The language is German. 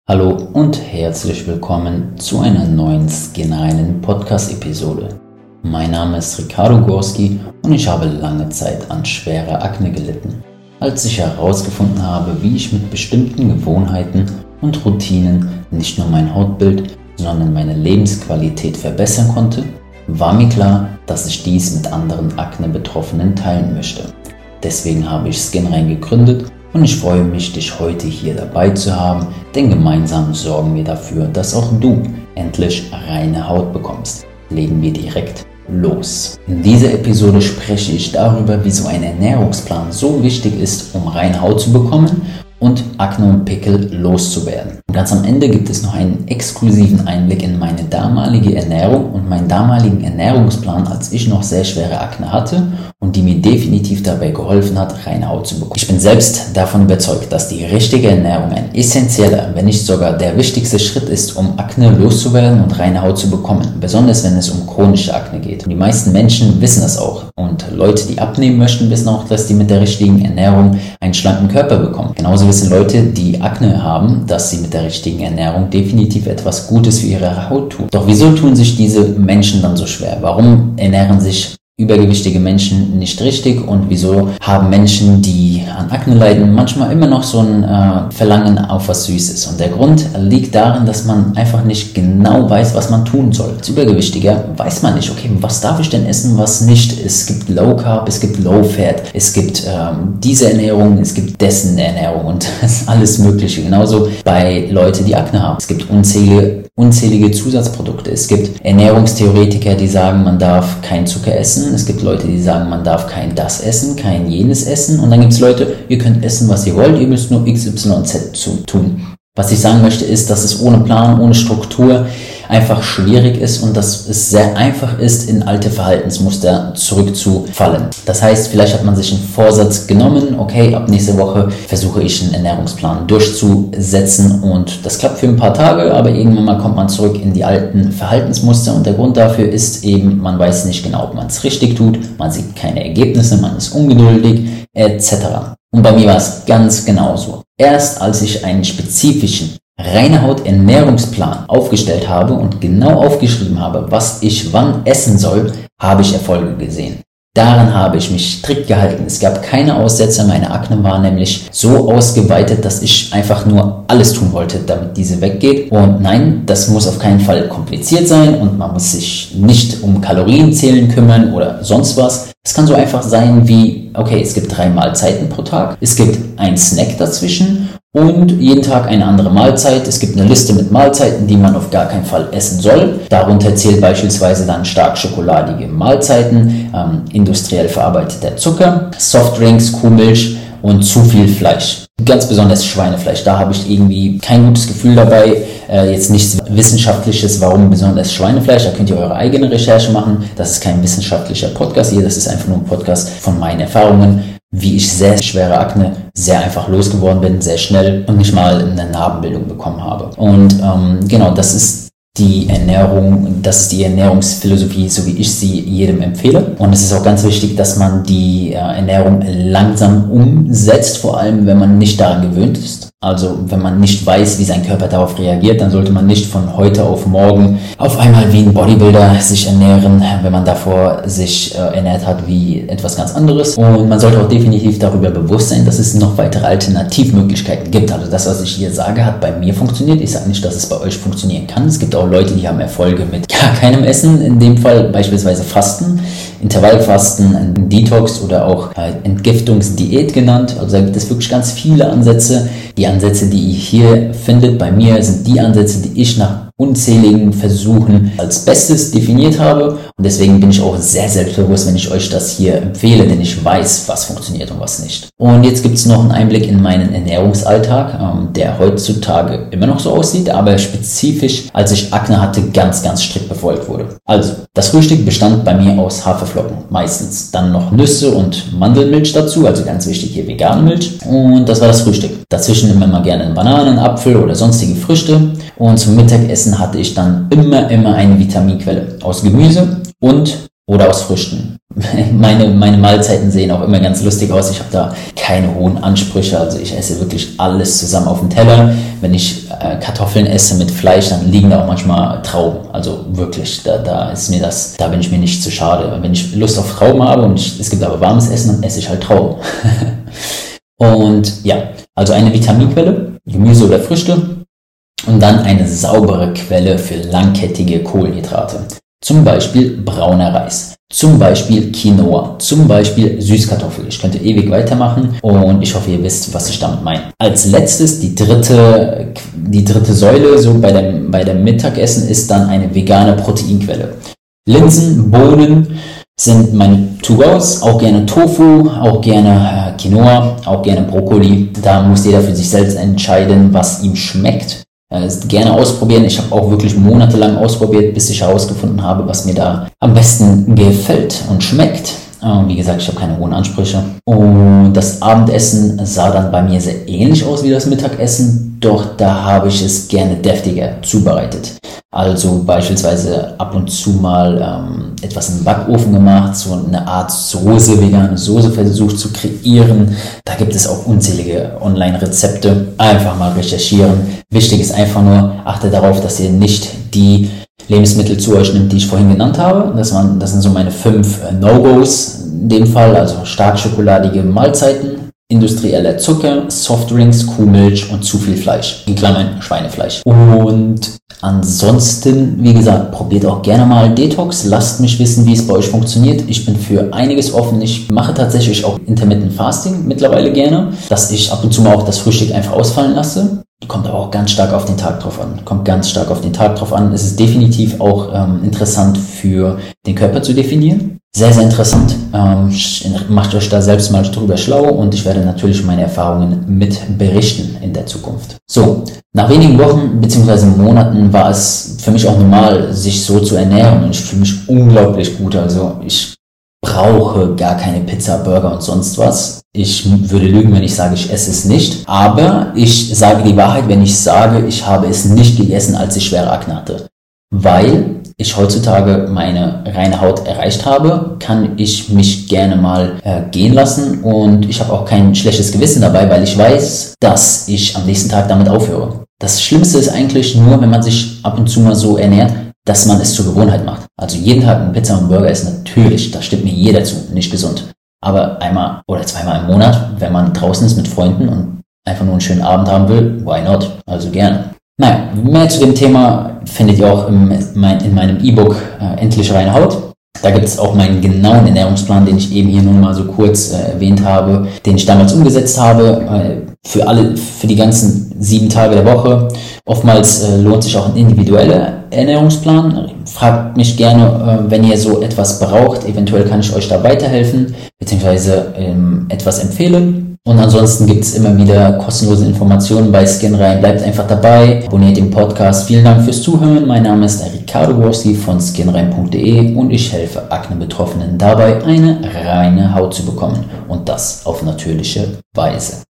Hallo und herzlich willkommen zu einer neuen Skin-Island Podcast-Episode. Mein Name ist Ricardo Gorski und ich habe lange Zeit an schwerer Akne gelitten. Als ich herausgefunden habe, wie ich mit bestimmten Gewohnheiten und Routinen nicht nur mein Hautbild, sondern meine Lebensqualität verbessern konnte, war mir klar, dass ich dies mit anderen Akne-Betroffenen teilen möchte. Deswegen habe ich Skin-Island gegründet und ich freue mich, dich heute hier dabei zu haben, denn gemeinsam sorgen wir dafür, dass auch du endlich reine Haut bekommst. Legen wir direkt los. In dieser Episode spreche ich darüber, wieso ein Ernährungsplan so wichtig ist, um reine Haut zu bekommen und Akne und Pickel loszuwerden. Und ganz am Ende gibt es noch einen exklusiven Einblick in meine damalige Ernährung und meinen damaligen Ernährungsplan, als ich noch sehr schwere Akne hatte und die mir definitiv dabei geholfen hat, reine Haut zu bekommen. Ich bin selbst davon überzeugt, dass die richtige Ernährung ein essentieller, wenn nicht sogar der wichtigste Schritt ist, um Akne loszuwerden und reine Haut zu bekommen. Besonders wenn es um chronische Akne geht. Und die meisten Menschen wissen das auch. Und Leute, die abnehmen möchten, wissen auch, dass die mit der richtigen Ernährung einen schlanken Körper bekommen. Genauso wissen Leute, die Akne haben, dass sie mit der richtigen Ernährung definitiv etwas Gutes für ihre Haut tun. Doch wieso tun sich diese Menschen dann so schwer? Warum ernähren sich übergewichtige Menschen nicht richtig und wieso haben Menschen, die an Akne leiden, manchmal immer noch so ein Verlangen auf was Süßes? Und der Grund liegt darin, dass man einfach nicht genau weiß, was man tun soll. Als Übergewichtiger weiß man nicht, okay, was darf ich denn essen, was nicht? Es gibt Low Carb, es gibt Low Fat, es gibt diese Ernährung, es gibt dessen Ernährung und alles Mögliche. Genauso bei Leuten, die Akne haben. Es gibt unzählige Zusatzprodukte. Es gibt Ernährungstheoretiker, die sagen, man darf kein Zucker essen. Es gibt Leute, die sagen, man darf kein das essen, kein jenes essen. Und dann gibt es Leute, ihr könnt essen, was ihr wollt, ihr müsst nur X, Y, Z tun. Was ich sagen möchte, ist, dass es ohne Plan, ohne Struktur einfach schwierig ist und dass es sehr einfach ist, in alte Verhaltensmuster zurückzufallen. Das heißt, vielleicht hat man sich einen Vorsatz genommen, okay, ab nächste Woche versuche ich einen Ernährungsplan durchzusetzen und das klappt für ein paar Tage, aber irgendwann mal kommt man zurück in die alten Verhaltensmuster und der Grund dafür ist eben, man weiß nicht genau, ob man es richtig tut, man sieht keine Ergebnisse, man ist ungeduldig, etc. Und bei mir war es ganz genauso. Erst als ich einen spezifischen reine Haut Ernährungsplan aufgestellt habe und genau aufgeschrieben habe, was ich wann essen soll, habe ich Erfolge gesehen. Daran habe ich mich strikt gehalten. Es gab keine Aussetzer. Meine Akne war nämlich so ausgeweitet, dass ich einfach nur alles tun wollte, damit diese weggeht. Und nein, das muss auf keinen Fall kompliziert sein und man muss sich nicht um Kalorienzählen kümmern oder sonst was. Es kann so einfach sein wie, okay, es gibt 3 Mahlzeiten pro Tag, es gibt einen Snack dazwischen und jeden Tag eine andere Mahlzeit. Es gibt eine Liste mit Mahlzeiten, die man auf gar keinen Fall essen soll. Darunter zählt beispielsweise dann stark schokoladige Mahlzeiten, industriell verarbeiteter Zucker, Softdrinks, Kuhmilch und zu viel Fleisch. Ganz besonders Schweinefleisch. Da habe ich irgendwie kein gutes Gefühl dabei. Jetzt nichts Wissenschaftliches, warum besonders Schweinefleisch. Da könnt ihr eure eigene Recherche machen. Das ist kein wissenschaftlicher Podcast hier. Das ist einfach nur ein Podcast von meinen Erfahrungen, wie ich sehr schwere Akne sehr einfach losgeworden bin, sehr schnell und nicht mal eine Narbenbildung bekommen habe. Und genau, das ist die Ernährung, das ist die Ernährungsphilosophie, so wie ich sie jedem empfehle. Und es ist auch ganz wichtig, dass man die Ernährung langsam umsetzt, vor allem wenn man nicht daran gewöhnt ist. Also wenn man nicht weiß, wie sein Körper darauf reagiert, dann sollte man nicht von heute auf morgen auf einmal wie ein Bodybuilder sich ernähren, wenn man davor sich ernährt hat wie etwas ganz anderes. Und man sollte auch definitiv darüber bewusst sein, dass es noch weitere Alternativmöglichkeiten gibt. Also das, was ich hier sage, hat bei mir funktioniert. Ich sage nicht, dass es bei euch funktionieren kann. Es gibt auch Leute, die haben Erfolge mit gar keinem Essen. In dem Fall beispielsweise Fasten, Intervallfasten, ein Detox oder auch Entgiftungsdiät genannt. Also da gibt es wirklich ganz viele Ansätze. Die Ansätze, die ihr hier findet bei mir, sind die Ansätze, die ich nach unzähligen Versuchen als Bestes definiert habe und deswegen bin ich auch sehr selbstbewusst, wenn ich euch das hier empfehle, denn ich weiß, was funktioniert und was nicht. Und jetzt gibt es noch einen Einblick in meinen Ernährungsalltag, der heutzutage immer noch so aussieht, aber spezifisch, als ich Akne hatte, ganz, ganz strikt befolgt wurde. Also, das Frühstück bestand bei mir aus Haferflocken, meistens. Dann noch Nüsse und Mandelmilch dazu, also ganz wichtig hier vegane Milch. Und das war das Frühstück. Dazwischen immer mal gerne Bananen, Apfel oder sonstige Früchte. Und zum Mittagessen hatte ich dann immer eine Vitaminquelle aus Gemüse und oder aus Früchten. Meine Mahlzeiten sehen auch immer ganz lustig aus. Ich habe da keine hohen Ansprüche. Also ich esse wirklich alles zusammen auf dem Teller. Wenn ich Kartoffeln esse mit Fleisch, dann liegen da auch manchmal Trauben. Also wirklich, da bin ich mir nicht zu schade. Wenn ich Lust auf Trauben habe und es gibt aber warmes Essen, dann esse ich halt Trauben. Und ja, also eine Vitaminquelle, Gemüse oder Früchte. Und dann eine saubere Quelle für langkettige Kohlenhydrate. Zum Beispiel brauner Reis, zum Beispiel Quinoa, zum Beispiel Süßkartoffel. Ich könnte ewig weitermachen und ich hoffe, ihr wisst, was ich damit meine. Als letztes, die dritte Säule so bei dem Mittagessen ist dann eine vegane Proteinquelle. Linsen, Bohnen sind meine To-Gos, auch gerne Tofu, auch gerne Quinoa, auch gerne Brokkoli. Da muss jeder für sich selbst entscheiden, was ihm schmeckt. Gerne ausprobieren. Ich habe auch wirklich monatelang ausprobiert, bis ich herausgefunden habe, was mir da am besten gefällt und schmeckt. Wie gesagt, ich habe keine hohen Ansprüche. Und das Abendessen sah dann bei mir sehr ähnlich aus wie das Mittagessen, doch da habe ich es gerne deftiger zubereitet. Also beispielsweise ab und zu mal etwas im Backofen gemacht, so eine Art Soße, vegane Soße versucht zu kreieren. Da gibt es auch unzähliche Online-Rezepte. Einfach mal recherchieren. Wichtig ist einfach nur, achtet darauf, dass ihr nicht die Lebensmittel zu euch nimmt, die ich vorhin genannt habe. Das sind so meine 5 No-Gos in dem Fall, also stark schokoladige Mahlzeiten, industrieller Zucker, Softdrinks, Kuhmilch und zu viel Fleisch, in Klammern Schweinefleisch. Und ansonsten, wie gesagt, probiert auch gerne mal Detox, lasst mich wissen, wie es bei euch funktioniert. Ich bin für einiges offen, ich mache tatsächlich auch Intermittent Fasting mittlerweile gerne, dass ich ab und zu mal auch das Frühstück einfach ausfallen lasse. Kommt aber auch ganz stark auf den Tag drauf an. Es ist definitiv auch interessant für den Körper zu definieren. Sehr, sehr interessant. Macht euch da selbst mal drüber schlau und ich werde natürlich meine Erfahrungen mit berichten in der Zukunft. So, nach wenigen Wochen bzw. Monaten war es für mich auch normal, sich so zu ernähren und ich fühle mich unglaublich gut. Also ich brauche gar keine Pizza, Burger und sonst was. Ich würde lügen, wenn ich sage, ich esse es nicht. Aber ich sage die Wahrheit, wenn ich sage, ich habe es nicht gegessen, als ich schwere Akne hatte. Weil ich heutzutage meine reine Haut erreicht habe, kann ich mich gerne mal gehen lassen. Und ich habe auch kein schlechtes Gewissen dabei, weil ich weiß, dass ich am nächsten Tag damit aufhöre. Das Schlimmste ist eigentlich nur, wenn man sich ab und zu mal so ernährt, dass man es zur Gewohnheit macht. Also jeden Tag eine Pizza und Burger ist natürlich, da stimmt mir jeder zu, nicht gesund. Aber einmal oder zweimal im Monat, wenn man draußen ist mit Freunden und einfach nur einen schönen Abend haben will, why not? Also gerne. Naja, mehr zu dem Thema findet ihr auch in meinem E-Book Endlich reine Haut. Da gibt es auch meinen genauen Ernährungsplan, den ich eben hier nur mal so kurz erwähnt habe, den ich damals umgesetzt habe, für die ganzen 7 Tage der Woche. Oftmals lohnt sich auch ein individueller Ernährungsplan. Fragt mich gerne, wenn ihr so etwas braucht. Eventuell kann ich euch da weiterhelfen, beziehungsweise etwas empfehlen. Und ansonsten gibt es immer wieder kostenlose Informationen bei SkinRein. Bleibt einfach dabei, abonniert den Podcast. Vielen Dank fürs Zuhören. Mein Name ist Ricardo Gorski von skinrein.de und ich helfe Akne-Betroffenen dabei, eine reine Haut zu bekommen. Und das auf natürliche Weise.